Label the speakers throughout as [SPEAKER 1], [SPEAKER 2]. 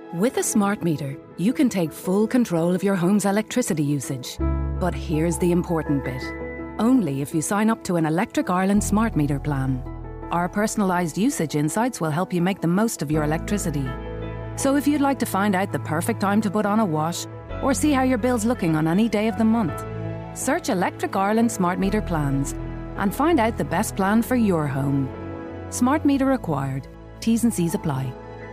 [SPEAKER 1] With a smart meter, you can take full control of your home's electricity usage. But here's the important bit. Only if you sign up to an Electric Ireland smart meter plan. Our personalised usage insights will help you make the most of your electricity. So if you'd like to find out the perfect time to put on a wash or see how your bill's looking on any day of the month, search Electric Ireland smart meter plans and find out the best plan for your home. Smart meter required. T's and C's apply.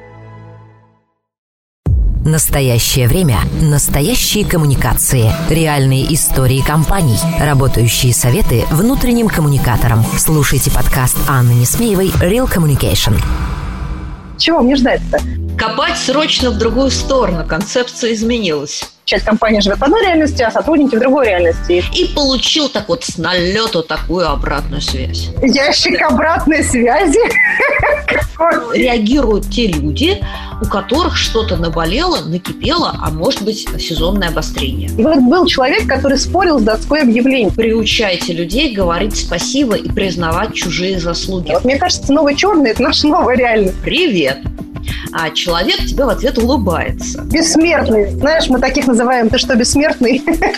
[SPEAKER 2] Настоящее время. Настоящие коммуникации. Реальные истории компаний. Работающие советы внутренним коммуникаторам. Слушайте подкаст Анны Несмеевой «Real Communication».
[SPEAKER 3] Чего мне ждать-то?
[SPEAKER 4] Копать срочно в другую сторону. Концепция изменилась.
[SPEAKER 3] Часть компании живет в одной реальности, а сотрудники в другой реальности.
[SPEAKER 4] И получил так вот с налету такую обратную связь.
[SPEAKER 3] Ящик обратной связи?
[SPEAKER 4] Реагируют те люди, у которых что-то наболело, накипело, а может быть сезонное обострение.
[SPEAKER 3] И вот был человек, который спорил с доской объявлений.
[SPEAKER 4] Приучайте людей говорить спасибо и признавать чужие заслуги.
[SPEAKER 3] Вот мне кажется, новый черный – это наша новая реальность.
[SPEAKER 4] Привет! А человек тебе в ответ улыбается.
[SPEAKER 3] Бессмертный. Знаешь, мы таких называем «ты что, бессмертный?»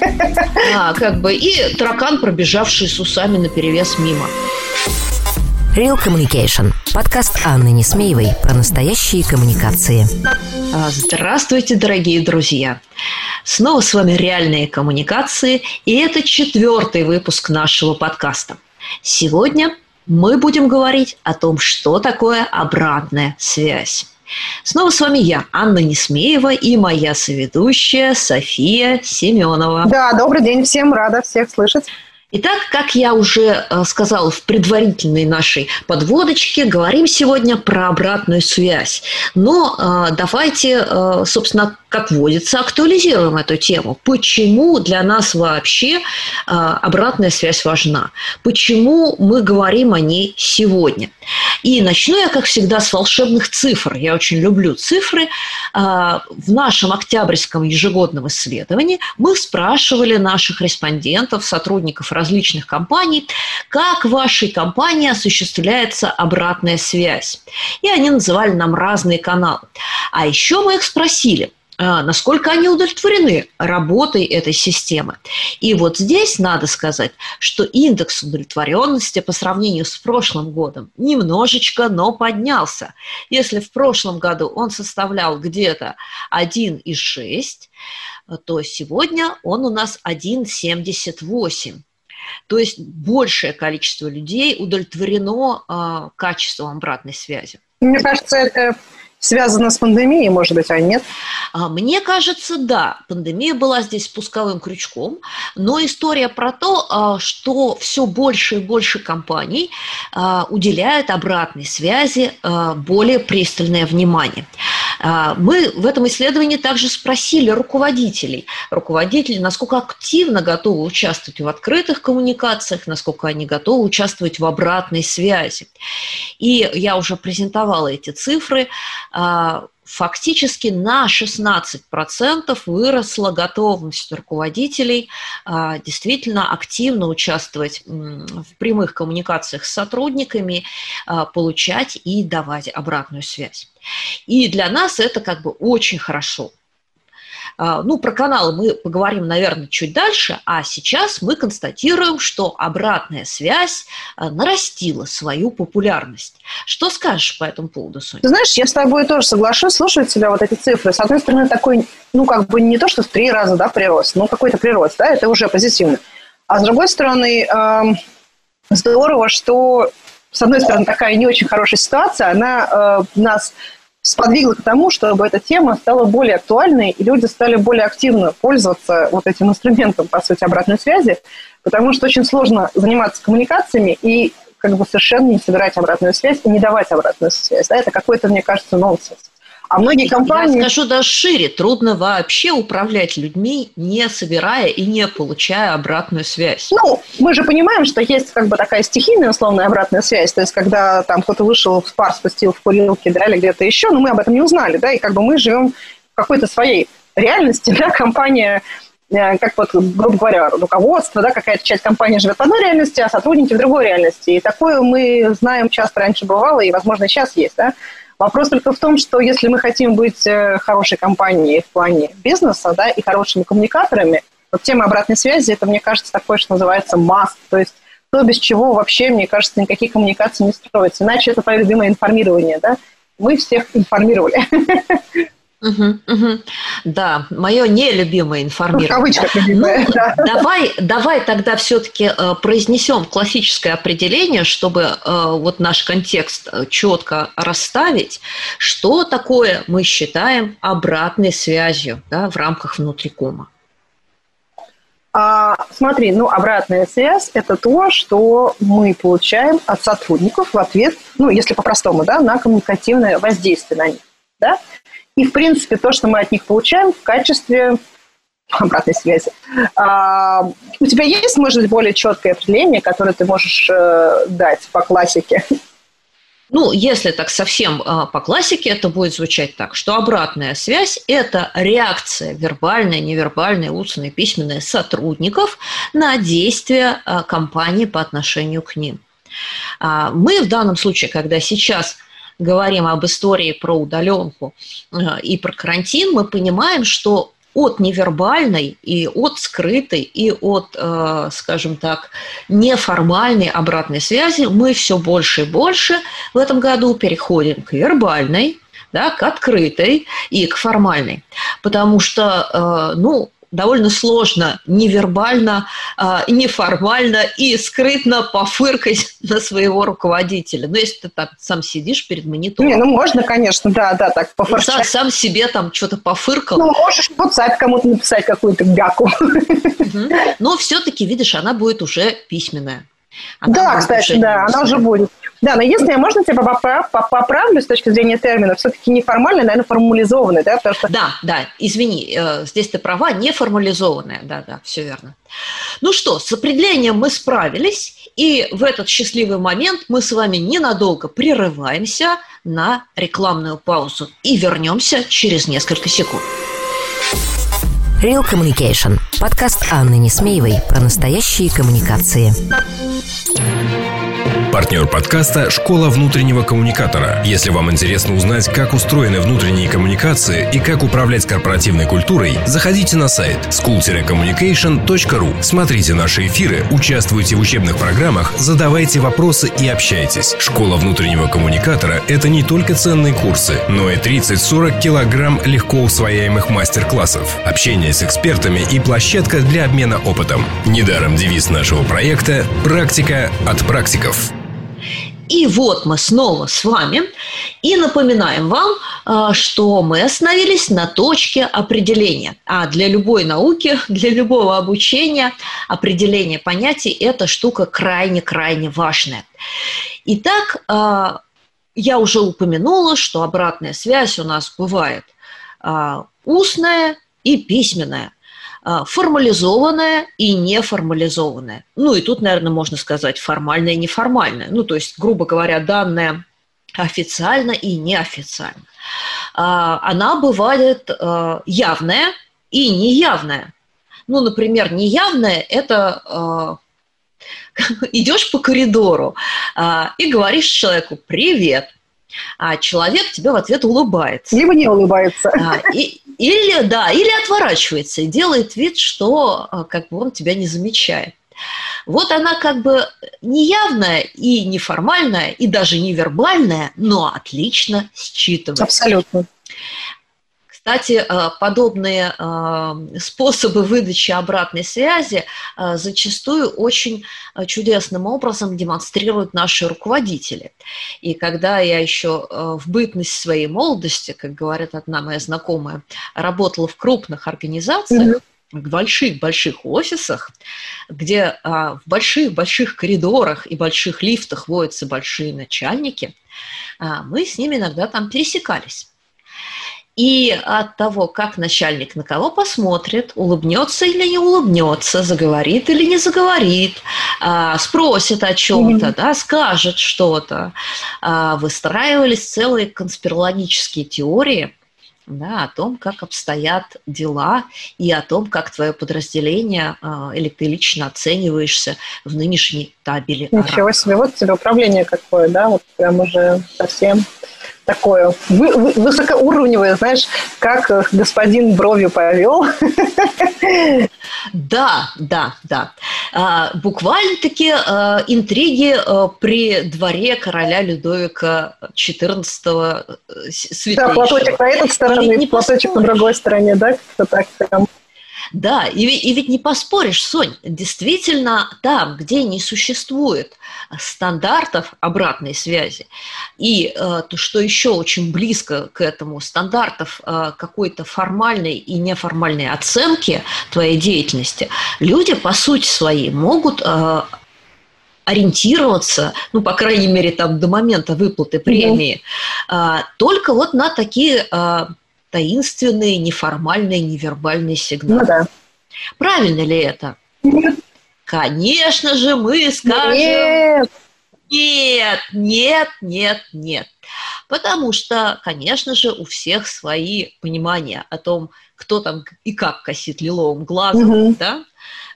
[SPEAKER 4] И таракан, пробежавший с усами наперевес мимо.
[SPEAKER 2] Real Communication. Подкаст Анны Несмеевой про настоящие коммуникации.
[SPEAKER 4] Здравствуйте, дорогие друзья! Снова с вами «Реальные коммуникации», и это 4-й выпуск нашего подкаста. Сегодня мы будем говорить о том, что такое обратная связь. Снова с вами я, Анна Несмеева, и моя соведущая София Семенова.
[SPEAKER 3] Да, добрый день всем, рада всех слышать.
[SPEAKER 4] Итак, как я уже сказала в предварительной нашей подводочке, говорим сегодня про обратную связь. Но давайте, собственно, как водится, актуализируем эту тему. Почему для нас вообще обратная связь важна? Почему мы говорим о ней сегодня? И начну я, как всегда, с волшебных цифр. Я очень люблю цифры. В нашем октябрьском ежегодном исследовании мы спрашивали наших респондентов, сотрудников различных компаний, как в вашей компании осуществляется обратная связь. И они называли нам разные каналы. А еще мы их спросили, насколько они удовлетворены работой этой системы. И вот здесь надо сказать, что индекс удовлетворенности по сравнению с прошлым годом немножечко, но поднялся. Если в прошлом году он составлял где-то 1,6, то сегодня он у нас 1,78. То есть большее количество людей удовлетворено качеством обратной связи.
[SPEAKER 3] Мне кажется, это связано с пандемией, может быть, а нет?
[SPEAKER 4] Мне кажется, да. Пандемия была здесь спусковым крючком, но история про то, что все больше и больше компаний уделяют обратной связи более пристальное внимание. Мы в этом исследовании также спросили руководителей, насколько активно готовы участвовать в открытых коммуникациях, насколько они готовы участвовать в обратной связи. И я уже презентовала эти цифры. Фактически на 16% выросла готовность руководителей действительно активно участвовать в прямых коммуникациях с сотрудниками, получать и давать обратную связь. И для нас это как бы очень хорошо. Про каналы мы поговорим, наверное, чуть дальше, а сейчас мы констатируем, что обратная связь нарастила свою популярность. Что скажешь по этому поводу, Соня?
[SPEAKER 3] Ты знаешь, я с тобой тоже соглашусь, слушаю тебя вот эти цифры. С одной стороны, такой, не то, что в 3 раза, прирост, какой-то прирост, это уже позитивно. А с другой стороны, здорово, что, с одной стороны, такая не очень хорошая ситуация, она нас сподвигло к тому, чтобы эта тема стала более актуальной, и люди стали более активно пользоваться вот этим инструментом, по сути, обратной связи, потому что очень сложно заниматься коммуникациями и совершенно не собирать обратную связь и не давать обратную связь. Это какой-то, мне кажется, нонсенс. А многие компании...
[SPEAKER 4] Я скажу даже шире, трудно вообще управлять людьми, не собирая и не получая обратную связь.
[SPEAKER 3] Мы же понимаем, что есть такая стихийная, условная обратная связь, то есть когда там кто-то вышел в пар, спустил в курилке, или где-то еще, но мы об этом не узнали, и мы живем в какой-то своей реальности, компания, грубо говоря, руководство, какая-то часть компании живет в одной реальности, а сотрудники в другой реальности. И такое мы знаем, часто раньше бывало, и, возможно, сейчас есть, Вопрос только в том, что если мы хотим быть хорошей компанией в плане бизнеса, да, и хорошими коммуникаторами, вот тема обратной связи, это, мне кажется, такое, что называется must, то есть то, без чего вообще, мне кажется, никакие коммуникации не строятся. Иначе это твое любимое информирование, да? Мы всех информировали.
[SPEAKER 4] Да, мое нелюбимое информирование.
[SPEAKER 3] В кавычках любимое, да.
[SPEAKER 4] Давай тогда все-таки произнесем классическое определение, чтобы вот наш контекст четко расставить. Что такое мы считаем обратной связью, да, в рамках внутрикома?
[SPEAKER 3] Смотри, обратная связь – это то, что мы получаем от сотрудников в ответ, если по-простому, да, на коммуникативное воздействие на них, да. И, в принципе, то, что мы от них получаем в качестве обратной связи. У тебя есть, может быть, более четкое определение, которое ты можешь дать по классике?
[SPEAKER 4] Если так совсем по классике, это будет звучать так, что обратная связь – это реакция вербальная, невербальная, устная, письменная сотрудников на действия компании по отношению к ним. Мы в данном случае, когда сейчас говорим об истории про удаленку и про карантин, мы понимаем, что от невербальной и от скрытой и от, скажем так, неформальной обратной связи мы все больше и больше в этом году переходим к вербальной, да, к открытой и к формальной. Потому что, довольно сложно невербально, неформально и скрытно пофыркать на своего руководителя. Если ты там сам сидишь перед монитором.
[SPEAKER 3] Можно, конечно, да, так пофырчать.
[SPEAKER 4] Сам себе там что-то пофыркал.
[SPEAKER 3] Можешь в WhatsApp кому-то написать какую-то бяку.
[SPEAKER 4] Но все-таки, видишь, она будет уже письменная.
[SPEAKER 3] Кстати, она уже будет. Да, но единственное, можно тебя поправлю с точки зрения термина, все-таки неформальный, наверное, формализованный, да? Потому что...
[SPEAKER 4] Да, извини, здесь ты права, неформализованная, да, все верно. С определением мы справились, и в этот счастливый момент мы с вами ненадолго прерываемся на рекламную паузу и вернемся через несколько секунд.
[SPEAKER 2] Real Communication. Подкаст Анны Несмеевой про настоящие коммуникации.
[SPEAKER 5] Партнер подкаста «Школа внутреннего коммуникатора». Если вам интересно узнать, как устроены внутренние коммуникации и как управлять корпоративной культурой, заходите на сайт school-communication.ru. Смотрите наши эфиры, участвуйте в учебных программах, задавайте вопросы и общайтесь. «Школа внутреннего коммуникатора» – это не только ценные курсы, но и 30-40 килограмм легко усвояемых мастер-классов, общение с экспертами и площадка для обмена опытом. Недаром девиз нашего проекта «Практика от практиков».
[SPEAKER 4] И вот мы снова с вами и напоминаем вам, что мы остановились на точке определения. А для любой науки, для любого обучения определение понятий – это штука крайне-крайне важная. Итак, я уже упомянула, что обратная связь у нас бывает устная и письменная. Формализованная и неформализованная. И тут, наверное, можно сказать формальная и неформальная. То есть, грубо говоря, данная официально и неофициально. Она бывает явная и неявная. Например, неявная – это идешь по коридору и говоришь человеку «привет», а человек тебе в ответ улыбается.
[SPEAKER 3] Либо не улыбается.
[SPEAKER 4] Или отворачивается и делает вид, что он тебя не замечает. Вот она неявная и неформальная, и даже невербальная, но отлично считывается.
[SPEAKER 3] Абсолютно.
[SPEAKER 4] Кстати, подобные способы выдачи обратной связи зачастую очень чудесным образом демонстрируют наши руководители. И когда я еще в бытность своей молодости, как говорит одна моя знакомая, работала в крупных организациях, в больших-больших офисах, где в больших-больших коридорах и больших лифтах водятся большие начальники, мы с ними иногда там пересекались. И от того, как начальник на кого посмотрит, улыбнется или не улыбнется, заговорит или не заговорит, спросит о чем-то, скажет что-то, выстраивались целые конспирологические теории, о том, как обстоят дела и о том, как твое подразделение или ты лично оцениваешься в нынешней табели.
[SPEAKER 3] Ничего себе, вот тебе управление какое, прям уже совсем такое высокоуровневое, знаешь, как господин бровью повел.
[SPEAKER 4] Да. Буквально-таки интриги при дворе короля Людовика XIV святейшего.
[SPEAKER 3] Да, платочек на этой стороне, платочек на другой стороне, да? Как-то так прям.
[SPEAKER 4] Да, и ведь не поспоришь, Сонь, действительно там, где не существует стандартов обратной связи, и то, что еще очень близко к этому, стандартов какой-то формальной и неформальной оценки твоей деятельности, люди по сути своей могут ориентироваться, ну, по крайней мере, там, до момента выплаты премии, только вот на такие таинственные, неформальные, невербальные сигналы.
[SPEAKER 3] Ну, да.
[SPEAKER 4] Правильно ли это?
[SPEAKER 3] Нет.
[SPEAKER 4] Конечно же, мы скажем... Нет. Потому что, конечно же, у всех свои понимания о том, кто там и как косит лиловым глазом, да?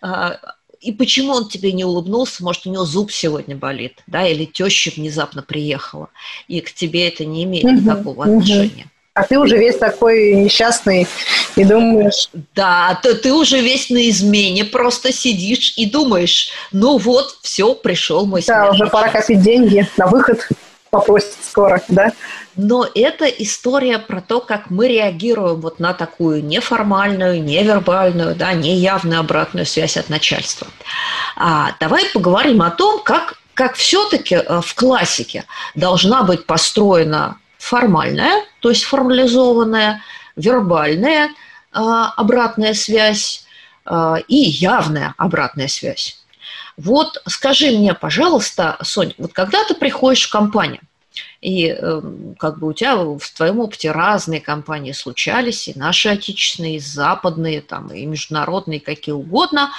[SPEAKER 4] И почему он тебе не улыбнулся, может, у него зуб сегодня болит, да, или теща внезапно приехала, и к тебе это не имеет никакого отношения.
[SPEAKER 3] А ты уже весь такой несчастный и думаешь...
[SPEAKER 4] Да, ты уже весь на измене, просто сидишь и думаешь, ну вот, все, пришел мой смертный час.
[SPEAKER 3] Да, уже пора копить деньги на выход, попросить скоро, да?
[SPEAKER 4] Но это история про то, как мы реагируем вот на такую неформальную, невербальную, да, неявную обратную связь от начальства. Давай поговорим о том, как все-таки в классике должна быть построена формальная, то есть формализованная, вербальная обратная связь и явная обратная связь. Вот скажи мне, пожалуйста, Сонь, вот когда ты приходишь в компанию, и как бы у тебя в твоем опыте разные компании случались, и наши отечественные, и западные, там, и международные, какие угодно.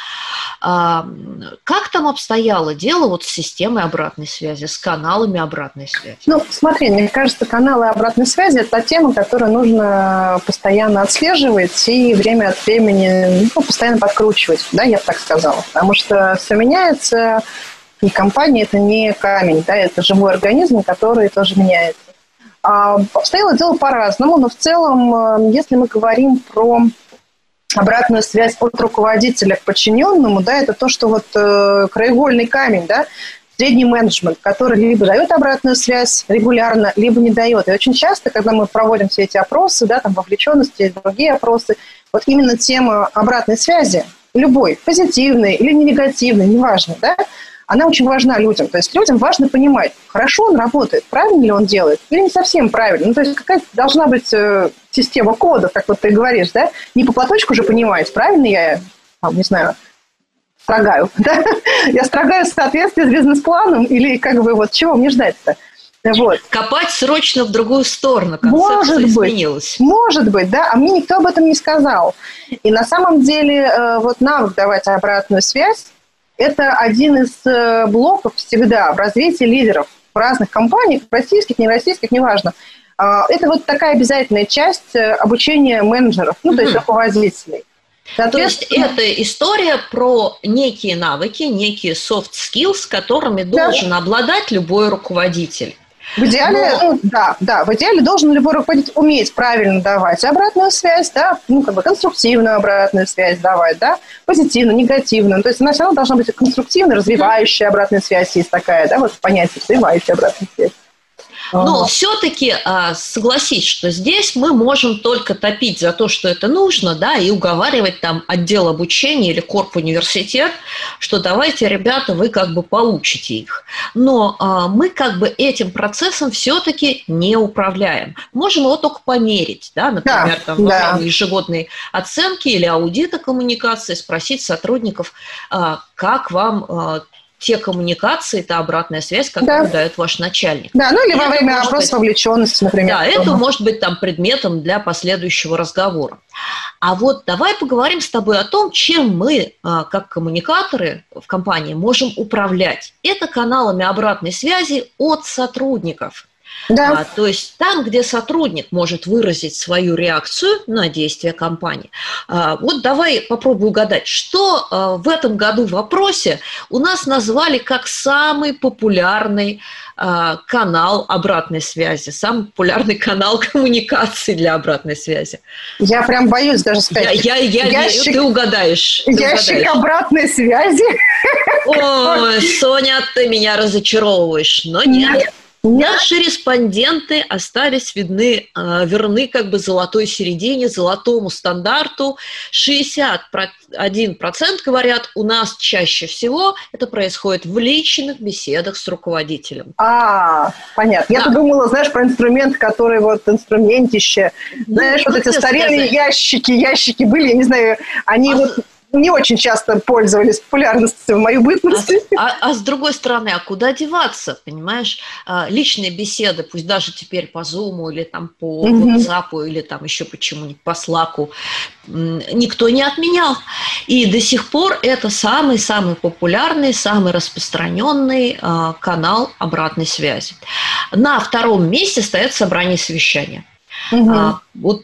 [SPEAKER 4] Как там обстояло дело вот с системой обратной связи, с каналами обратной связи?
[SPEAKER 3] Ну, смотри, мне кажется, каналы обратной связи – это та тема, которую нужно постоянно отслеживать и время от времени постоянно подкручивать, да, я бы так сказала. Потому что все меняется, и компания – это не камень, да, это живой организм, который тоже меняется. Обстояло дело по-разному, но в целом, если мы говорим про обратную связь от руководителя к подчиненному, да, это то, что вот краеугольный камень, да, средний менеджмент, который либо дает обратную связь регулярно, либо не дает. И очень часто, когда мы проводим все эти опросы, да, там вовлеченности и другие опросы, вот именно тема обратной связи, любой, позитивной или негативной, неважно, да, она очень важна людям. То есть людям важно понимать, хорошо он работает, правильно ли он делает, или не совсем правильно. Ну, то есть какая-то должна быть система кодов, как вот ты говоришь, да? Не по платочку же понимать, правильно я, не знаю, строгаю, да? Я строгаю в соответствии с бизнес-планом или как бы вот чего мне ждать-то? Вот.
[SPEAKER 4] Копать срочно в другую сторону, концепция изменилась.
[SPEAKER 3] Может быть, да, а мне никто об этом не сказал. И на самом деле вот навык давать обратную связь, это один из блоков всегда в развитии лидеров в разных компаниях, российских, нероссийских, неважно. Это вот такая обязательная часть обучения менеджеров, ну, то есть руководителей.
[SPEAKER 4] То есть это история про некие навыки, некие soft skills, которыми должен обладать любой руководитель.
[SPEAKER 3] В идеале, в идеале должен любой руководитель уметь правильно давать обратную связь, да, ну, как бы конструктивную обратную связь давать, да, позитивную, негативную. То есть она все равно должна быть конструктивной, развивающая обратная связь, есть такая, да, вот понятие развивающая обратная связь.
[SPEAKER 4] Но все-таки согласись, что здесь мы можем только топить за то, что это нужно, да, и уговаривать там отдел обучения или корп-университет, что давайте, ребята, вы как бы получите их. Но мы как бы этим процессом все-таки не управляем. Можем его только померить, да, например, там, во время ежегодной оценки или аудита коммуникации спросить сотрудников, как вам те коммуникации, та обратная связь, которую дает ваш начальник.
[SPEAKER 3] Да, ну или во время опроса вовлеченности, например.
[SPEAKER 4] Да, это может быть там предметом для последующего разговора. А вот давай поговорим с тобой о том, чем мы, как коммуникаторы в компании, можем управлять. Это каналами обратной связи от сотрудников.
[SPEAKER 3] Да.
[SPEAKER 4] То есть там, где сотрудник может выразить свою реакцию на действия компании. Вот давай попробуй угадать, что в этом году в опросе у нас назвали как самый популярный канал обратной связи, самый популярный канал коммуникации для обратной связи.
[SPEAKER 3] Я прям боюсь даже сказать.
[SPEAKER 4] Ты угадаешь.
[SPEAKER 3] Ящик обратной связи.
[SPEAKER 4] Ой, Соня, ты меня разочаровываешь, но нет. Наши респонденты остались верны как бы золотой середине, золотому стандарту. 61% говорят, у нас чаще всего это происходит в личных беседах с руководителем.
[SPEAKER 3] Понятно. Я-то думала, знаешь, про инструмент, который инструментище. Знаешь, вот эти старинные ящики были, я не знаю, они не очень часто пользовались популярностью в мою бытность.
[SPEAKER 4] А с другой стороны, а куда деваться, понимаешь? Личные беседы, пусть даже теперь по Zoom или там по WhatsApp или там еще почему-нибудь по Slack, никто не отменял. И до сих пор это самый-самый популярный, самый распространенный канал обратной связи. На втором месте стоят собрания и совещания. Вот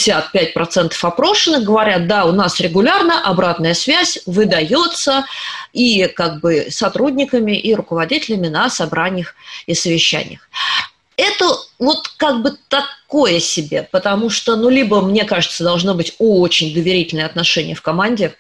[SPEAKER 4] 55% опрошенных говорят, да, у нас регулярно обратная связь выдается и как бы сотрудниками, и руководителями на собраниях и совещаниях. Это вот как бы такое себе, потому что, либо, мне кажется, должно быть очень доверительное отношение в команде,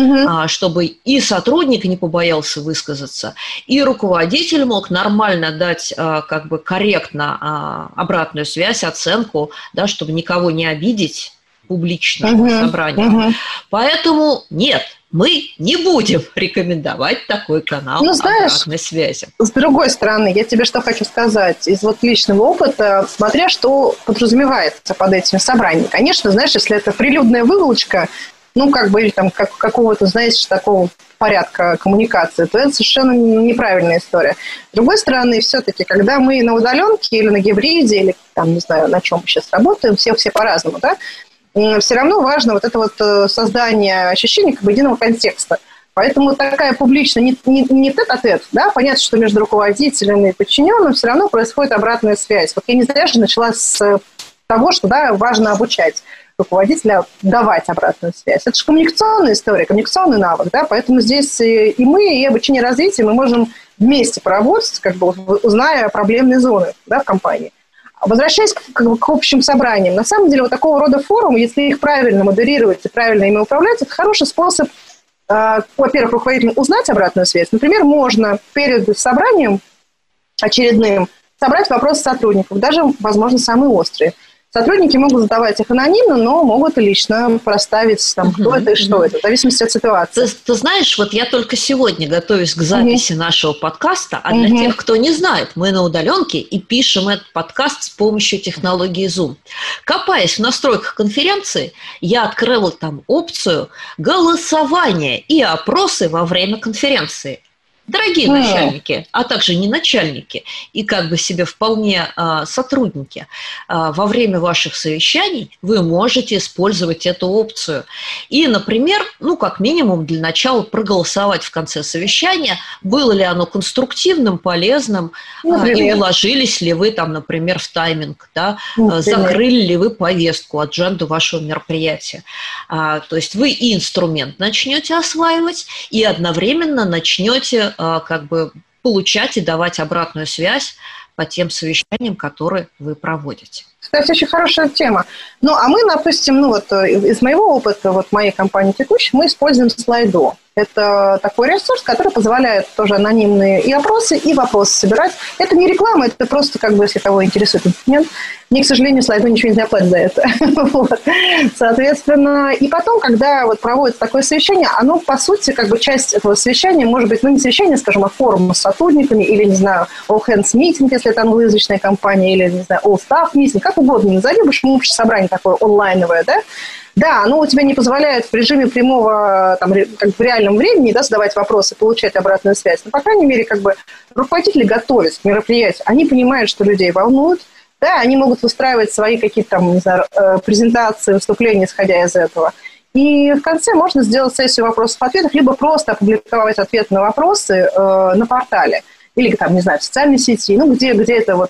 [SPEAKER 4] чтобы и сотрудник не побоялся высказаться, и руководитель мог нормально дать как бы корректно обратную связь, оценку, да, чтобы никого не обидеть публично на собрании. Поэтому нет, мы не будем рекомендовать такой канал обратной связи.
[SPEAKER 3] С другой стороны, я тебе что хочу сказать. Из личного опыта, смотря что подразумевается под этим собранием. Конечно, знаешь, если это прилюдная выволочка, или там какого-то, знаешь, такого порядка коммуникации, то это совершенно неправильная история. С другой стороны, все-таки, когда мы на удаленке или на гибриде, или там, не знаю, на чем мы сейчас работаем, все по-разному, да, все равно важно создание ощущения как бы единого контекста. Поэтому такая публичная, не тет-а-тет, да, понятно, что между руководителем и подчиненным все равно происходит обратная связь. Вот я не зря же начала с того, что, да, важно обучать руководителя давать обратную связь. Это же коммуникационная история, коммуникационный навык, да, поэтому здесь и мы, и обучение развития мы можем вместе поработать, как бы узная проблемные зоны, да, в компании. Возвращаясь к общим собраниям, на самом деле такого рода форумы, если их правильно модерировать и правильно ими управлять, это хороший способ, во-первых, руководителям узнать обратную связь. Например, можно перед собранием очередным собрать вопросы сотрудников, даже, возможно, самые острые. Сотрудники могут задавать их анонимно, но могут и лично проставить, кто это и что это, в зависимости от ситуации.
[SPEAKER 4] Ты знаешь, я только сегодня готовюсь к записи нашего подкаста, а для тех, кто не знает, мы на удаленке и пишем этот подкаст с помощью технологии Zoom. Копаясь в настройках конференции, я открыла там опцию голосования и опросы во время конференции. Дорогие начальники, а также не начальники и как бы себе вполне сотрудники, во время ваших совещаний вы можете использовать эту опцию. И, например, как минимум для начала проголосовать в конце совещания, было ли оно конструктивным, полезным, и уложились ли вы там, например, в тайминг, да, закрыли ли вы повестку, адженду вашего мероприятия. То есть вы и инструмент начнете осваивать, и одновременно начнете как бы получать и давать обратную связь по тем совещаниям, которые вы проводите.
[SPEAKER 3] Кстати, очень хорошая тема. А мы, допустим, из моего опыта, моей компании текущей, мы используем Slido. Это такой ресурс, который позволяет тоже анонимные и опросы, и вопросы собирать. Это не реклама, это просто, если кого интересует инструмент. Мне, к сожалению, Slido ничего не оплатит за это. Соответственно, и потом, когда проводится такое совещание, оно, по сути, часть этого совещания, может быть, не совещание, скажем, а форум с сотрудниками, или, не знаю, all hands meeting, если это англоязычная компания, или, не знаю, all staff meeting, как угодно назови, общее собрание такое онлайновое, да? Да, оно у тебя не позволяет в режиме прямого, в реальном времени, да, задавать вопросы, получать обратную связь. Но, по крайней мере, руководители готовятся к мероприятию, они понимают, что людей волнует, да, они могут выстраивать свои какие-то презентации, выступления, исходя из этого. И в конце можно сделать сессию вопросов-ответов, либо просто опубликовать ответы на вопросы на портале или, в социальной сети, где это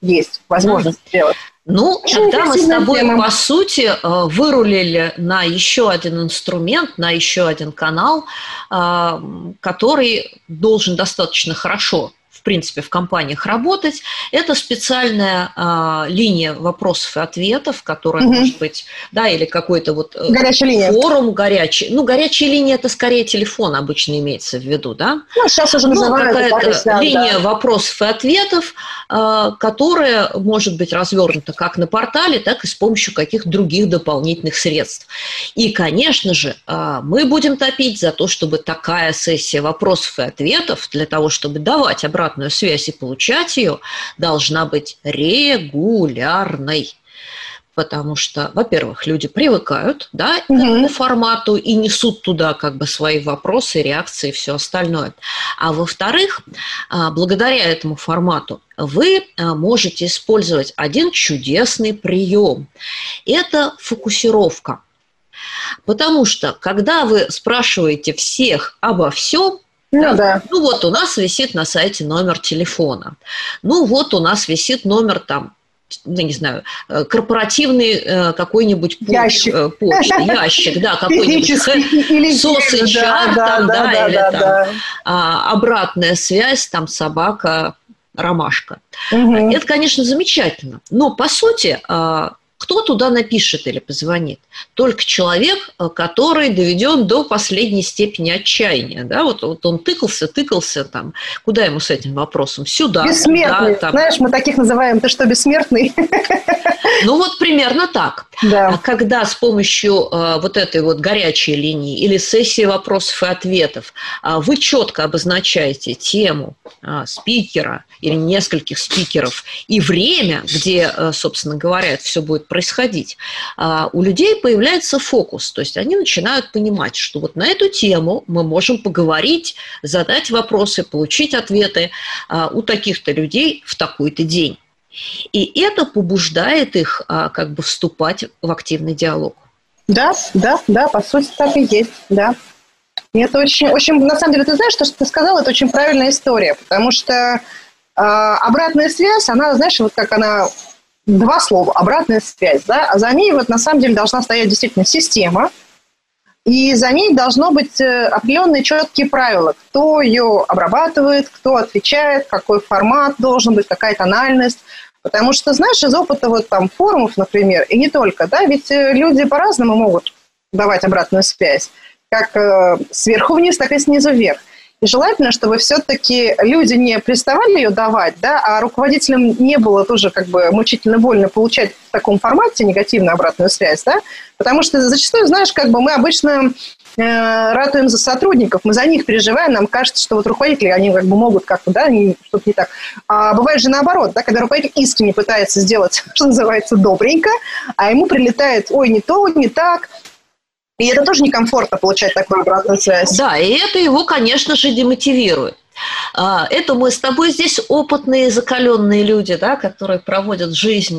[SPEAKER 3] есть возможность сделать.
[SPEAKER 4] Ну, тогда мы с тобой, по сути, вырулили на еще один инструмент, на еще один канал, который должен достаточно хорошо, в принципе, в компаниях работать. Это специальная линия вопросов и ответов, которая может быть, да, или какой-то вот форум горячий. Ну, горячая линия – это скорее телефон обычно имеется в виду, да?
[SPEAKER 3] Ну, сейчас уже называют
[SPEAKER 4] какая-то линия вопросов и ответов, которая может быть развернута как на портале, так и с помощью каких-то других дополнительных средств. И, конечно же, мы будем топить за то, чтобы такая сессия вопросов и ответов, для того, чтобы давать обратную связь и получать ее, должна быть регулярной. Потому что, во-первых, люди привыкают, да, к этому формату и несут туда как бы свои вопросы, реакции и все остальное. А во-вторых, благодаря этому формату вы можете использовать один чудесный прием. Это фокусировка. Потому что, когда вы спрашиваете всех обо всем, ну вот у нас висит на сайте номер телефона, ну вот у нас висит номер там, ну, не знаю, корпоративный какой-нибудь ящик, да, какой-нибудь соцчар, или там обратная связь, там собака, ромашка. Это, конечно, замечательно, но по сути кто туда напишет или позвонит? Только человек, который доведен до последней степени отчаяния. Да? Вот он тыкался, там, куда ему с этим вопросом? Сюда.
[SPEAKER 3] Бессмертный.
[SPEAKER 4] Туда, там.
[SPEAKER 3] Знаешь, мы таких называем, ты что, бессмертный?
[SPEAKER 4] Ну вот примерно так. Да. Когда с помощью вот этой вот горячей линии или сессии вопросов и ответов вы четко обозначаете тему спикера или нескольких спикеров и время, где, собственно говоря, это все будет происходить, у людей появляется фокус. То есть они начинают понимать, что вот на эту тему мы можем поговорить, задать вопросы, получить ответы у таких-то людей в такой-то день. И это побуждает их как бы вступать в активный диалог.
[SPEAKER 3] Да, по сути так и есть, да. И это очень, на самом деле, ты знаешь, то, что ты сказала, это очень правильная история, потому что обратная связь, она, знаешь, вот как она, два слова, обратная связь, да, а за ней вот на самом деле должна стоять действительно система, и за ней должно быть определенные четкие правила, кто ее обрабатывает, кто отвечает, какой формат должен быть, какая тональность. Потому что, знаешь, из опыта вот там форумов, например, и не только, да, ведь люди по-разному могут давать обратную связь, как сверху вниз, так и снизу вверх. И желательно, чтобы все-таки люди не приставали ее давать, да, а руководителям не было тоже как бы мучительно больно получать в таком формате негативную обратную связь, да, потому что зачастую, знаешь, как бы мы обычно ратуем за сотрудников, мы за них переживаем, нам кажется, что вот руководители, они как бы могут как-то, да, что-то не так. А бывает же наоборот, да, когда руководитель искренне пытается сделать, что называется, добренько, а ему прилетает, ой, не то, не так. И это тоже некомфортно получать такую обратную связь.
[SPEAKER 4] Да, и это его, конечно же, демотивирует. Это мы с тобой здесь опытные, закаленные люди, да, которые проводят жизнь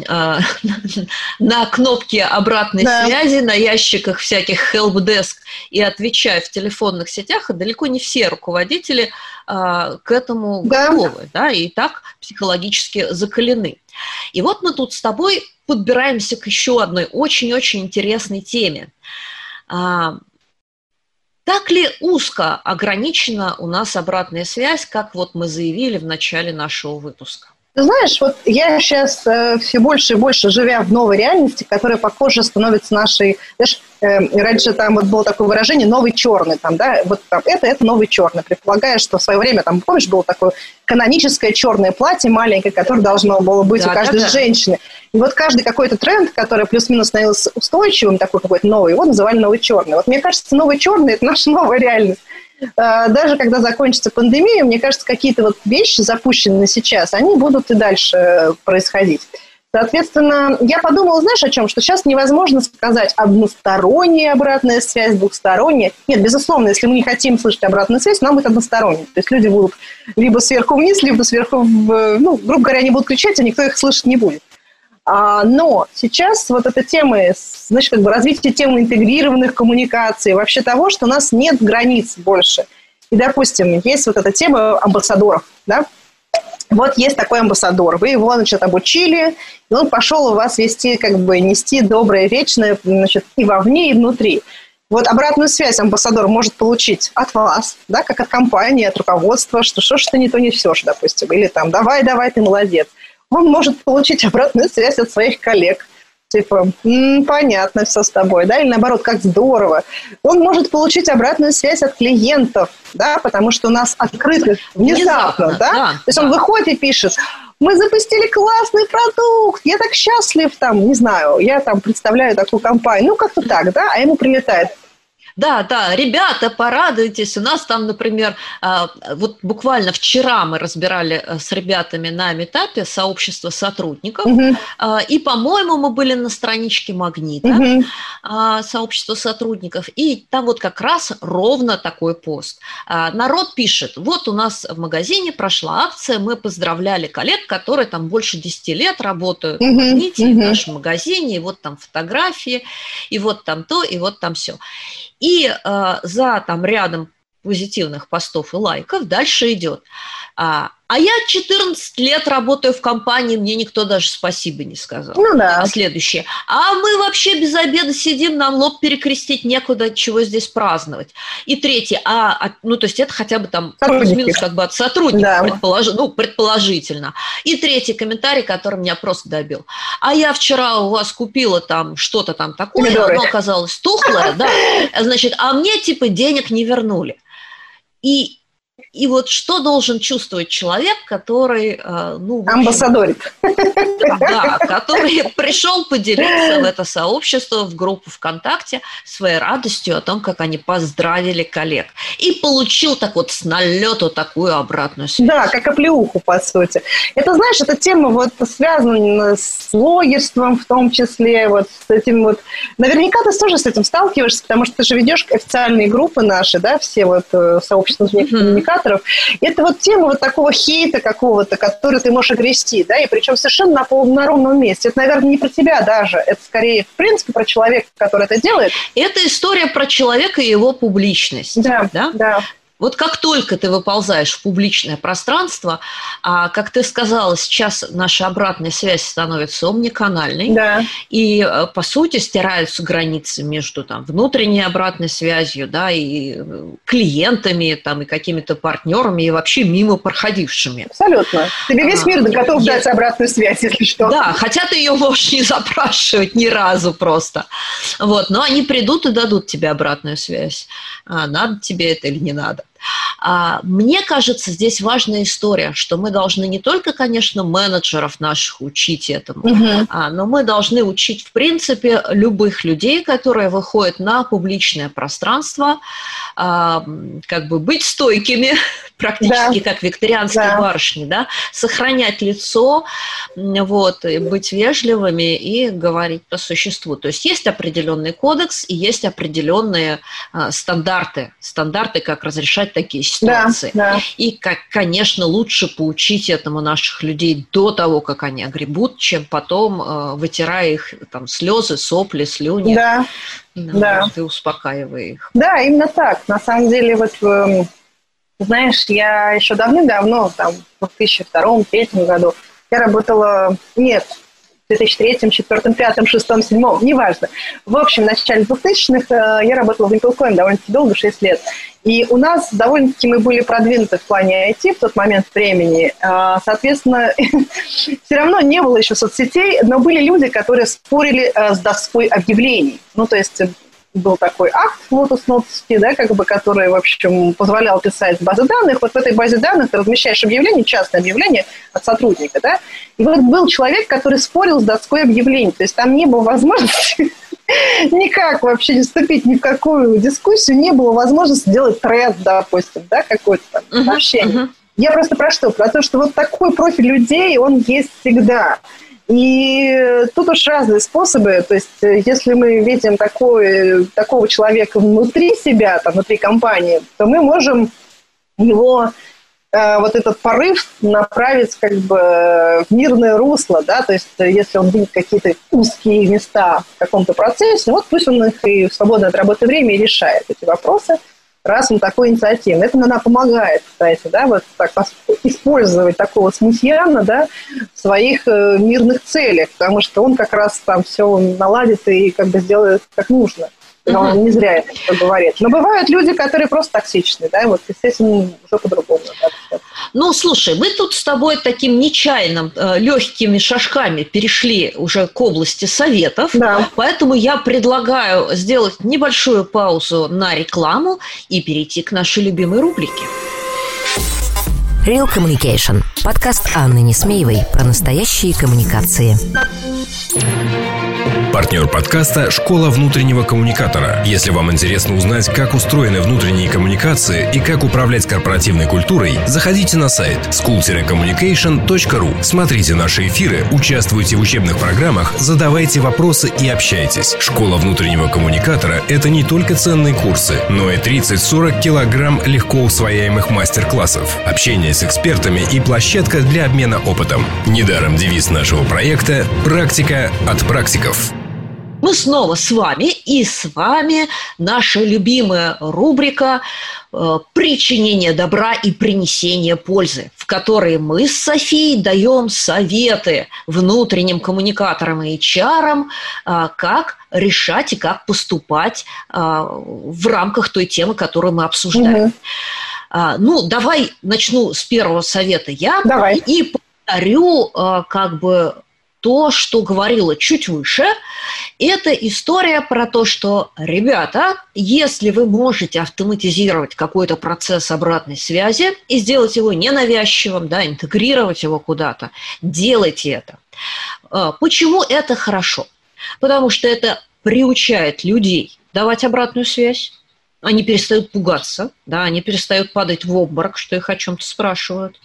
[SPEAKER 4] на кнопке обратной связи, на ящиках всяких helpdesk и отвечая в телефонных сетях, и далеко не все руководители к этому готовы, да, и так психологически закалены. И вот мы тут с тобой подбираемся к еще одной очень-очень интересной теме. Так ли узко ограничена у нас обратная связь, как вот мы заявили в начале нашего выпуска?
[SPEAKER 3] Ты знаешь, вот я сейчас все больше и больше, живя в новой реальности, которая похоже становится нашей... Знаешь, раньше там вот было такое выражение «новый черный», там, да, вот там, это новый черный, предполагая, что в свое время, там, помнишь, было такое каноническое черное платье маленькое, которое должно было быть у каждой женщины. И вот каждый какой-то тренд, который плюс-минус становился устойчивым, такой какой-то новый, его называли «новый черный». Вот мне кажется, новый черный – это наша новая реальность. Даже когда закончится пандемия, мне кажется, какие-то вот вещи, запущенные сейчас, они будут и дальше происходить. Соответственно, я подумала, знаешь, о чем? Что сейчас невозможно сказать односторонняя обратная связь, двухсторонняя. Нет, безусловно, если мы не хотим слышать обратную связь, нам будет односторонняя. То есть люди будут либо сверху вниз, либо сверху, ну, грубо говоря, они будут кричать, а никто их слышать не будет. Но сейчас вот эта тема, значит, как бы развитие темы интегрированных коммуникаций, вообще того, что у нас нет границ больше. И, допустим, есть вот эта тема амбассадоров, да? вот есть такой амбассадор, вы его, значит, обучили, и он пошел у вас вести, как бы нести доброе, вечное, значит, и вовне, и внутри. Вот обратную связь амбассадор может получить от вас, да, как от компании, от руководства, что ж ты не то несешь, допустим, или там давай, ты молодец. Он может получить обратную связь от своих коллег. Типа, понятно все с тобой, да, или наоборот, как здорово. Он может получить обратную связь от клиентов, да, потому что у нас открыто внезапно, да? То есть он выходит и пишет: мы запустили классный продукт, я так счастлив, там, не знаю, я там представляю такую компанию, ну, как-то так, да, а ему прилетает:
[SPEAKER 4] Да, ребята, порадуйтесь. У нас там, например, вот буквально вчера мы разбирали с ребятами на митапе сообщество сотрудников, и, по-моему, мы были на страничке Магнита, сообщество сотрудников, и там вот как раз ровно такой пост. Народ пишет: вот у нас в магазине прошла акция, мы поздравляли коллег, которые там больше 10 лет работают в Магните, в нашем магазине, и вот там фотографии, и вот там то, и вот там все. И за там рядом позитивных постов и лайков дальше идет: а я 14 лет работаю в компании, мне никто даже спасибо не сказал.
[SPEAKER 3] Ну да.
[SPEAKER 4] Следующее: а мы вообще без обеда сидим, нам лоб перекрестить некуда, чего здесь праздновать. И третье: ну то есть это хотя бы там плюс-минус как бы от сотрудников, да. Предположительно. И третий комментарий, который меня просто добил: а я вчера у вас купила там что-то там такое, помидоры. Оно оказалось тухлое, да, значит, а мне типа денег не вернули. И вот что должен чувствовать человек, который, ну, в общем,
[SPEAKER 3] амбассадорит.
[SPEAKER 4] Да, который пришел поделиться в это сообщество, в группу ВКонтакте своей радостью о том, как они поздравили коллег. И получил так вот с налету такую обратную связь.
[SPEAKER 3] Да, как оплеуху, по сути. Это, знаешь, эта тема вот связана с блогерством в том числе, вот с этим вот. Наверняка ты тоже с этим сталкиваешься, потому что ты же ведешь официальные группы наши, да, все вот сообщества коммуникаторов. Это вот тема вот такого хейта какого-то, который ты можешь огрести, да, и причем совершенно на ровном месте. Это, наверное, не про тебя даже, это скорее, в принципе, про человека, который это делает.
[SPEAKER 4] Это история про человека и его публичность. Да. Вот как только ты выползаешь в публичное пространство, как ты сказала, сейчас наша обратная связь становится омниканальной, да. И, по сути, стираются границы между там, внутренней обратной связью, да, и клиентами, там, и какими-то партнерами, и вообще мимо проходившими.
[SPEAKER 3] Абсолютно. Тебе весь мир готов дать обратную связь, если что.
[SPEAKER 4] Да, хотя ты ее можешь не запрашивать ни разу просто. Вот, но они придут и дадут тебе обратную связь. Надо тебе это или не надо. Мне кажется, здесь важная история, что мы должны не только, конечно, менеджеров наших учить этому, но мы должны учить, в принципе, любых людей, которые выходят на публичное пространство, как бы быть стойкими, практически как викторианские барышни, да, сохранять лицо, вот, и быть вежливыми и говорить по существу. То есть есть определенный кодекс и есть определенные стандарты, как разрешать такие ситуации. Да. И, как, конечно, лучше поучить этому наших людей до того, как они огребут, чем потом, вытирая их там, слезы, сопли, слюни, и успокаивая их.
[SPEAKER 3] Да, именно так. На самом деле, вот, знаешь, я еще давным-давно, там, в 2002-2003 году, я работала, в 2003, 2004, 2005, 2006, 2007, неважно. В общем, в начале 2000-х я работала в Intel.com довольно-таки долго, 6 лет. И у нас довольно-таки мы были продвинуты в плане IT в тот момент времени. Соответственно, все равно не было еще соцсетей, но были люди, которые спорили с доской объявлений. Ну, то есть был такой акт лотос-нотовский, да, как бы, который, в общем, позволял писать базы данных. Вот в этой базе данных ты размещаешь объявление, частное объявление от сотрудника, да. И вот был человек, который спорил с доской объявлений. То есть там не было возможности никак вообще не вступить ни в какую дискуссию, не было возможности делать тред, допустим, да, какое-то там сообщение. Я просто про что? Про то, что вот такой профиль людей, он есть всегда. И тут уж разные способы. То есть, если мы видим такого человека внутри себя, там, внутри компании, то мы можем его вот этот порыв направить как бы в мирное русло, да, то есть если он видит какие-то узкие места в каком-то процессе, вот пусть он их и в свободное от работы время и решает эти вопросы, раз он такой инициативный. Это она помогает, кстати, да, вот так использовать такого смутьяна, да, в своих мирных целях, потому что он как раз там все наладит и как бы сделает как нужно. Он не зря это говорит. Но бывают люди, которые просто токсичны, да, и вот, естественно, уже по-другому. Да,
[SPEAKER 4] ну, слушай, мы тут с тобой таким нечаянным, легкими шажками перешли уже к области советов, да. Поэтому я предлагаю сделать небольшую паузу на рекламу и перейти к нашей любимой рубрике.
[SPEAKER 2] Real Communication. Подкаст Анны Несмеевой про настоящие коммуникации.
[SPEAKER 5] Партнер подкаста «Школа внутреннего коммуникатора». Если вам интересно узнать, как устроены внутренние коммуникации и как управлять корпоративной культурой, заходите на сайт school-communication.ru. Смотрите наши эфиры, участвуйте в учебных программах, задавайте вопросы и общайтесь. «Школа внутреннего коммуникатора» — это не только ценные курсы, но и 30-40 килограмм легко усвояемых мастер-классов, общение с экспертами и площадка для обмена опытом. Недаром девиз нашего проекта «Практика от практиков».
[SPEAKER 4] Мы снова с вами, и с вами наша любимая рубрика «Причинение добра и принесение пользы», в которой мы с Софией даем советы внутренним коммуникаторам и HR, как решать и как поступать в рамках той темы, которую мы обсуждаем. Ну, давай начну с первого совета я.
[SPEAKER 3] Давай.
[SPEAKER 4] И повторю как бы то, что говорила чуть выше. Это история про то, что, ребята, если вы можете автоматизировать какой-то процесс обратной связи и сделать его ненавязчивым, да, интегрировать его куда-то, делайте это. Почему это хорошо? Потому что это приучает людей давать обратную связь. Они перестают пугаться, да, они перестают падать в обморок, что их о чем-то спрашивают.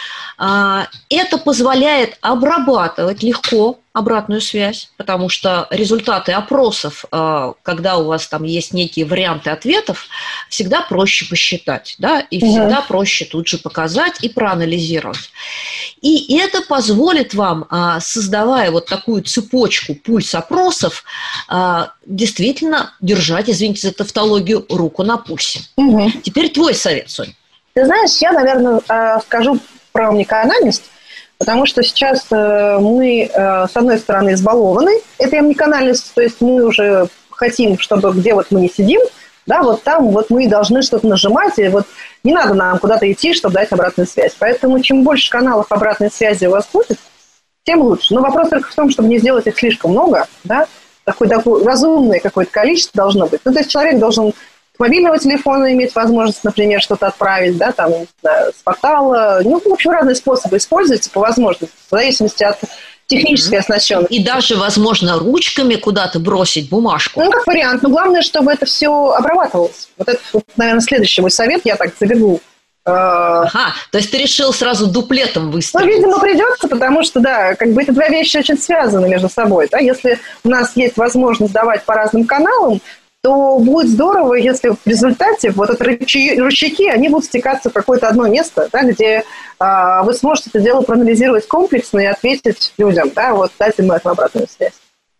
[SPEAKER 4] Это позволяет обрабатывать легко обратную связь, потому что результаты опросов, когда у вас там есть некие варианты ответов, всегда проще посчитать, да, и всегда проще тут же показать и проанализировать. И это позволит вам, создавая вот такую цепочку, пульс опросов, действительно держать, извините за тавтологию, руку на пульсе. Теперь твой совет, Сонь.
[SPEAKER 3] Ты знаешь, я, наверное, скажу про омниканальность, потому что сейчас мы, с одной стороны, избалованы этой омниканальностью, то есть мы уже хотим, чтобы где вот мы не сидим, да, вот там вот мы должны что-то нажимать, и вот не надо нам куда-то идти, чтобы дать обратную связь. Поэтому чем больше каналов обратной связи у вас будет, тем лучше. Но вопрос только в том, чтобы не сделать их слишком много, да, такое разумное какое-то количество должно быть. Ну, то есть человек должен мобильного телефона иметь возможность, например, что-то отправить, да, там, не знаю, с портала. Ну, в общем, разные способы используйте по возможности, в зависимости от технической оснащенности.
[SPEAKER 4] И даже, возможно, ручками куда-то бросить бумажку.
[SPEAKER 3] Ну, как вариант. Но главное, чтобы это все обрабатывалось. Вот это, наверное, следующий мой совет. Я так забегу.
[SPEAKER 4] Ага, то есть ты решил сразу дуплетом выставить?
[SPEAKER 3] Ну, видимо, придется, потому что, да, как бы эти две вещи очень связаны между собой. Да? Если у нас есть возможность давать по разным каналам, то будет здорово, если в результате вот эти рычаги, они будут стекаться в какое-то одно место, да, где вы сможете это дело проанализировать комплексно и ответить людям, да, вот дать им эту обратную связь.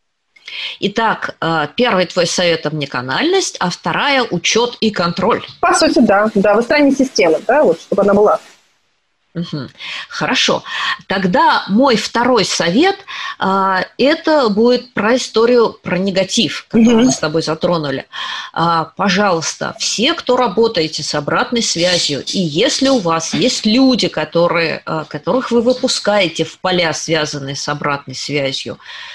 [SPEAKER 4] Итак, первый твой совет – омниканальность, а вторая – учет и контроль.
[SPEAKER 3] По сути, да, выстроение системы, да, вот, чтобы она была.
[SPEAKER 4] Хорошо. Тогда мой второй совет это будет про историю, про негатив, которую мы с тобой затронули. Пожалуйста, все, кто работаете с обратной связью, и если у вас есть люди, которых вы выпускаете в поля, связанные с обратной связью,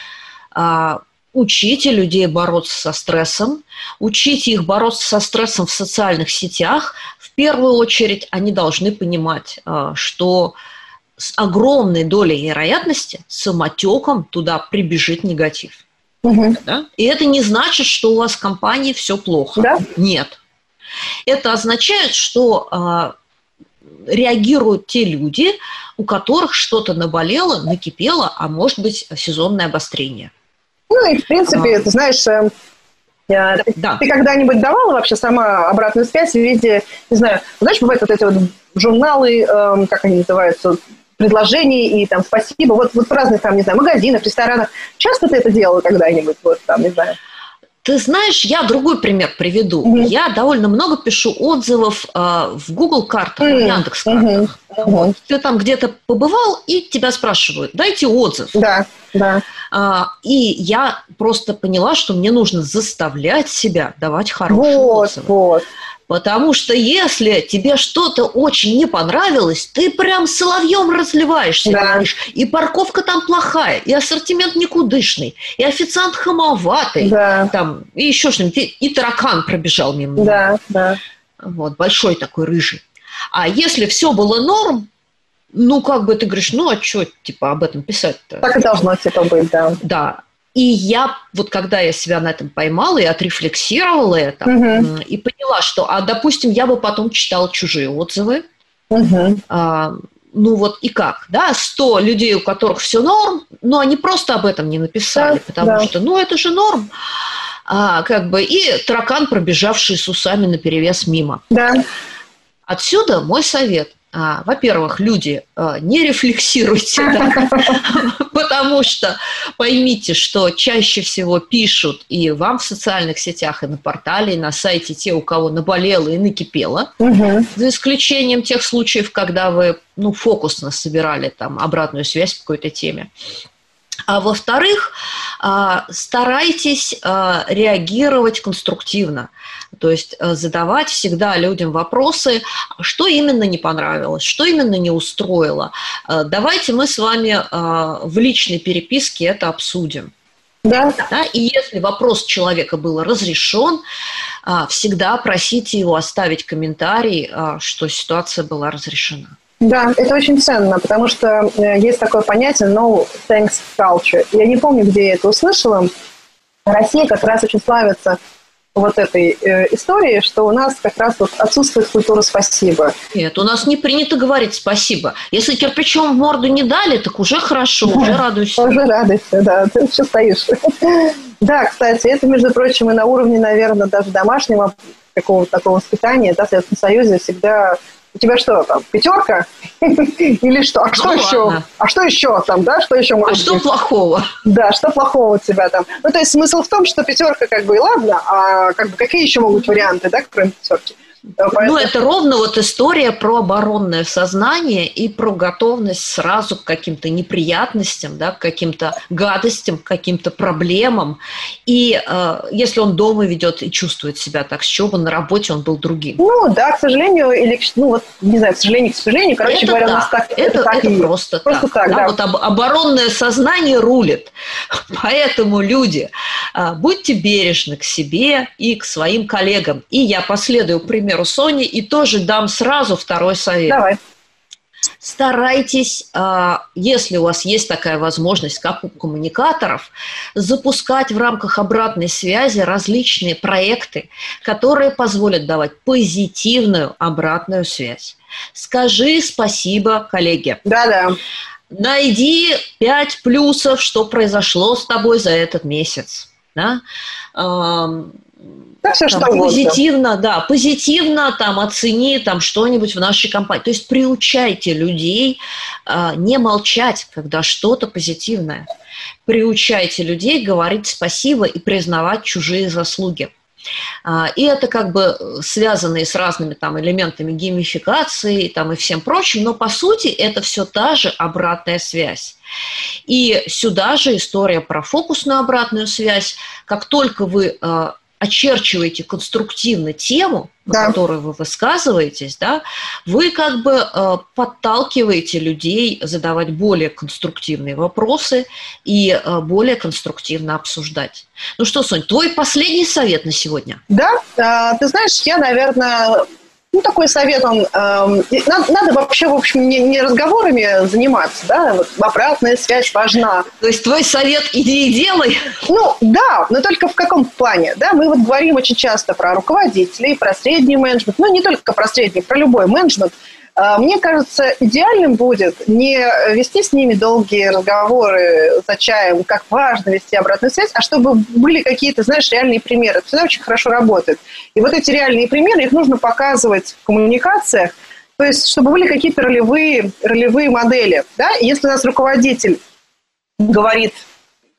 [SPEAKER 4] учите людей бороться со стрессом, учите их бороться со стрессом в социальных сетях. В первую очередь они должны понимать, что с огромной долей вероятности самотеком туда прибежит негатив. Да? И это не значит, что у вас в компании все плохо. Да? Нет. Это означает, что реагируют те люди, у которых что-то наболело, накипело, а может быть сезонное обострение.
[SPEAKER 3] Ну и в принципе, ты знаешь, ты когда-нибудь давала вообще сама обратную связь в виде, не знаю, знаешь, бывают вот эти вот журналы, как они называются, предложений и там спасибо, вот в разных там, не знаю, магазинах, ресторанах. Часто ты это делала когда-нибудь, вот там, не знаю?
[SPEAKER 4] Ты знаешь, я другой пример приведу. Я довольно много пишу отзывов в Google картах, в Яндекс картах. Вот. Ты там где-то побывал, и тебя спрашивают, дайте отзыв.
[SPEAKER 3] Да.
[SPEAKER 4] И я просто поняла, что мне нужно заставлять себя давать хорошие отзывы. Потому что если тебе что-то очень не понравилось, ты прям соловьем разливаешься, говоришь, и парковка там плохая, и ассортимент никудышный, и официант хамоватый, там, и еще что-нибудь, и таракан пробежал мимо. Вот, большой такой рыжий. А если все было норм, ну, как бы ты говоришь, ну, а что, типа, об этом писать-то?
[SPEAKER 3] Так и должно, типа, быть, да.
[SPEAKER 4] Да. И я, вот когда я себя на этом поймала и отрефлексировала это, и поняла, что, допустим, я бы потом читала чужие отзывы, ну вот и как, да, 100 людей, у которых все норм, но они просто об этом не написали, потому что, ну, это же норм, как бы, и таракан, пробежавший с усами наперевес мимо. Отсюда мой совет. Во-первых, люди, не рефлексируйте, потому что поймите, что чаще всего пишут и вам в социальных сетях, и на портале, и на сайте те, у кого наболело и накипело, за исключением тех случаев, когда вы, ну, фокусно собирали там обратную связь по какой-то теме. А во-вторых, старайтесь реагировать конструктивно, то есть задавать всегда людям вопросы, что именно не понравилось, что именно не устроило. Давайте мы с вами в личной переписке это обсудим. И если вопрос человека был разрешен, всегда просите его оставить комментарий, что ситуация была разрешена.
[SPEAKER 3] Да, это очень ценно, потому что есть такое понятие no thanks culture. Я не помню, где я это услышала. Россия как раз очень славится вот этой историей, что у нас как раз вот отсутствует культура спасибо.
[SPEAKER 4] Нет, у нас не принято говорить спасибо. Если кирпичом в морду не дали, так уже хорошо, уже радуйся.
[SPEAKER 3] Уже радуйся, да, ты еще стоишь. Да, кстати, это, между прочим, и на уровне, наверное, даже домашнего какого-то такого воспитания, да, в Советском Союзе всегда... У тебя что там, 5? Или что? А что еще? Ладно. А что еще там, да? Что еще может быть?
[SPEAKER 4] Что плохого?
[SPEAKER 3] Да, что плохого у тебя там? Ну, то есть смысл в том, что 5 как бы и ладно, а как бы какие еще могут быть варианты, да, кроме 5?
[SPEAKER 4] Ну, это ровно вот история про оборонное сознание и про готовность сразу к каким-то неприятностям, да, к каким-то гадостям, к каким-то проблемам. И если он дома ведет и чувствует себя так, с чего бы на работе он был другим.
[SPEAKER 3] Ну, да, к сожалению, или, ну, вот, не знаю, к сожалению, короче
[SPEAKER 4] это
[SPEAKER 3] говоря,
[SPEAKER 4] так.
[SPEAKER 3] у нас так.
[SPEAKER 4] Это просто так. Да? Вот оборонное сознание рулит. Поэтому, люди, будьте бережны к себе и к своим коллегам. И я последую примеру Сони и тоже дам сразу второй совет.
[SPEAKER 3] Давай.
[SPEAKER 4] Старайтесь, если у вас есть такая возможность, как у коммуникаторов, запускать в рамках обратной связи различные проекты, которые позволят давать позитивную обратную связь. Скажи спасибо коллеге.
[SPEAKER 3] Да.
[SPEAKER 4] Найди 5 плюсов, что произошло с тобой за этот месяц. Да?
[SPEAKER 3] Все, что
[SPEAKER 4] позитивно, да, позитивно там оцени там что-нибудь в нашей компании. То есть приучайте людей не молчать, когда что-то позитивное. Приучайте людей говорить спасибо и признавать чужие заслуги. И это как бы связано и с разными там элементами геймификации там, и всем прочим, но по сути это все та же обратная связь. И сюда же история про фокусную обратную связь. Как только вы очерчиваете конструктивно тему, на которую вы высказываетесь, да, вы как бы подталкиваете людей задавать более конструктивные вопросы и более конструктивно обсуждать. Ну что, Сонь, твой последний совет на сегодня?
[SPEAKER 3] Да, ты знаешь, я, наверное... Ну, такой совет, надо вообще, в общем, не разговорами заниматься, да, вот обратная связь важна.
[SPEAKER 4] То есть твой совет – иди и делай?
[SPEAKER 3] Ну, да, но только в каком плане, да, мы вот говорим очень часто про руководителей, про средний менеджмент, ну, не только про средний, про любой менеджмент. Мне кажется, идеальным будет не вести с ними долгие разговоры за чаем, как важно вести обратную связь, а чтобы были какие-то, знаешь, реальные примеры. Это всегда очень хорошо работает. И вот эти реальные примеры, их нужно показывать в коммуникациях, то есть чтобы были какие-то ролевые модели. Да? И если у нас руководитель говорит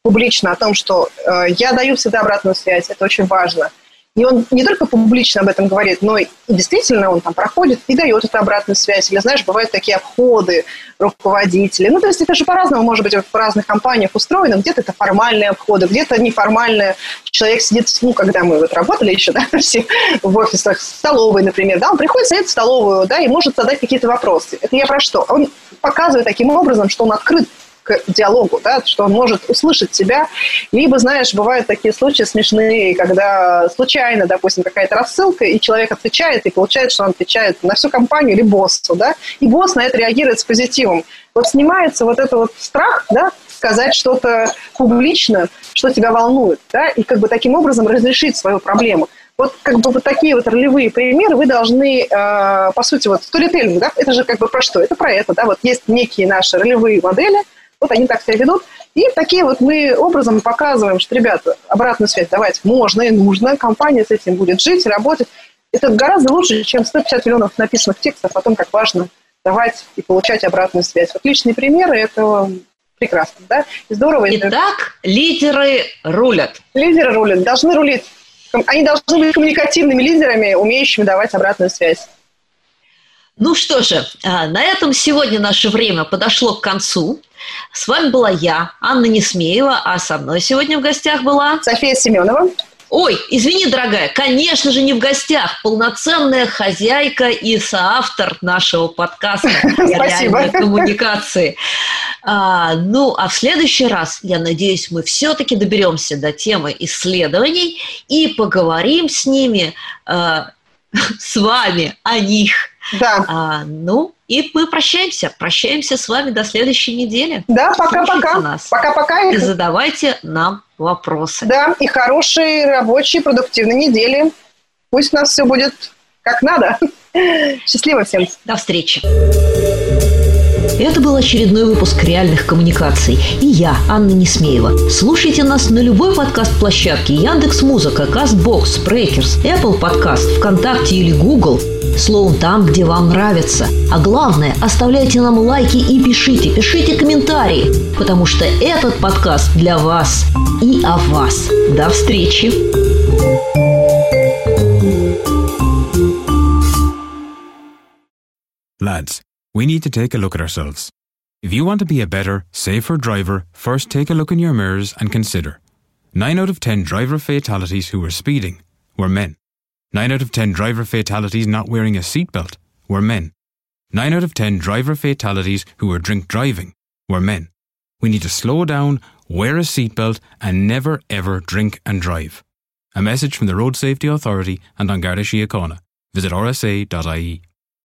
[SPEAKER 3] публично о том, что я даю всегда обратную связь, это очень важно. И он не только публично об этом говорит, но и действительно он там проходит и дает эту обратную связь. Или, знаешь, бывают такие обходы руководителей. Ну, то есть это же по-разному, может быть, в разных компаниях устроено. Где-то это формальные обходы, где-то неформальные. Человек сидит, ну, когда мы вот работали еще, да, все в офисах, в столовой, например, да, он приходит, сидит в столовую, да, и может задать какие-то вопросы. Это я про что? Он показывает таким образом, что он открыт к диалогу, да, что он может услышать тебя. Либо, знаешь, бывают такие случаи смешные, когда случайно, допустим, какая-то рассылка, и человек отвечает, и получается, что он отвечает на всю компанию или боссу, да, и босс на это реагирует с позитивом. Вот снимается вот этот вот страх, да, сказать что-то публично, что тебя волнует, да, и как бы таким образом разрешить свою проблему. Вот как бы вот такие вот ролевые примеры вы должны, по сути, вот сторителлинг, да, это же как бы про что? Это про это, да, вот есть некие наши ролевые модели, вот они так себя ведут. И такие вот мы образом показываем, что, ребята, обратную связь давать можно и нужно. Компания с этим будет жить, работать. Это гораздо лучше, чем 150 миллионов написанных текстов о том, как важно давать и получать обратную связь. Вот личные примеры этого прекрасно, да? И здорово.
[SPEAKER 4] Итак, лидеры рулят.
[SPEAKER 3] Лидеры рулят, должны рулить. Они должны быть коммуникативными лидерами, умеющими давать обратную связь.
[SPEAKER 4] Ну что же, на этом сегодня наше время подошло к концу. С вами была я, Анна Несмеева, а со мной сегодня в гостях была...
[SPEAKER 3] София Семенова.
[SPEAKER 4] Ой, извини, дорогая, конечно же, не в гостях. Полноценная хозяйка и соавтор нашего подкаста «Реальные коммуникации». Ну, а в следующий раз, я надеюсь, мы все-таки доберемся до темы исследований и поговорим с ними, с вами о них.
[SPEAKER 3] Да.
[SPEAKER 4] Ну, и мы прощаемся. Прощаемся с вами до следующей недели.
[SPEAKER 3] Да, пока-пока. Пока-пока.
[SPEAKER 4] И задавайте нам вопросы.
[SPEAKER 3] Да, и хорошей, рабочей, продуктивной недели. Пусть у нас все будет как надо. Счастливо всем.
[SPEAKER 4] До встречи. Это был очередной выпуск «Реальных коммуникаций». И я, Анна Несмеева. Слушайте нас на любой подкаст-площадке: Яндекс.Музыка, Castbox, Breakers, Apple Podcast, ВКонтакте или Google. Словом, там, где вам нравится. А главное, оставляйте нам лайки и пишите комментарии, потому что этот подкаст для вас и о вас. До встречи!
[SPEAKER 6] Lads, we need to take a look at ourselves. If you want to be a better, safer driver, first take a look in your mirrors and consider. 9 out of 10 driver fatalities who were speeding were men. 9 out of 10 driver fatalities not wearing a seatbelt were men. 9 out of 10 driver fatalities who were drink driving were men. We need to slow down, wear a seatbelt, and never ever drink and drive. A message from the Road Safety Authority and An Garda Síochána. Visit rsa.ie.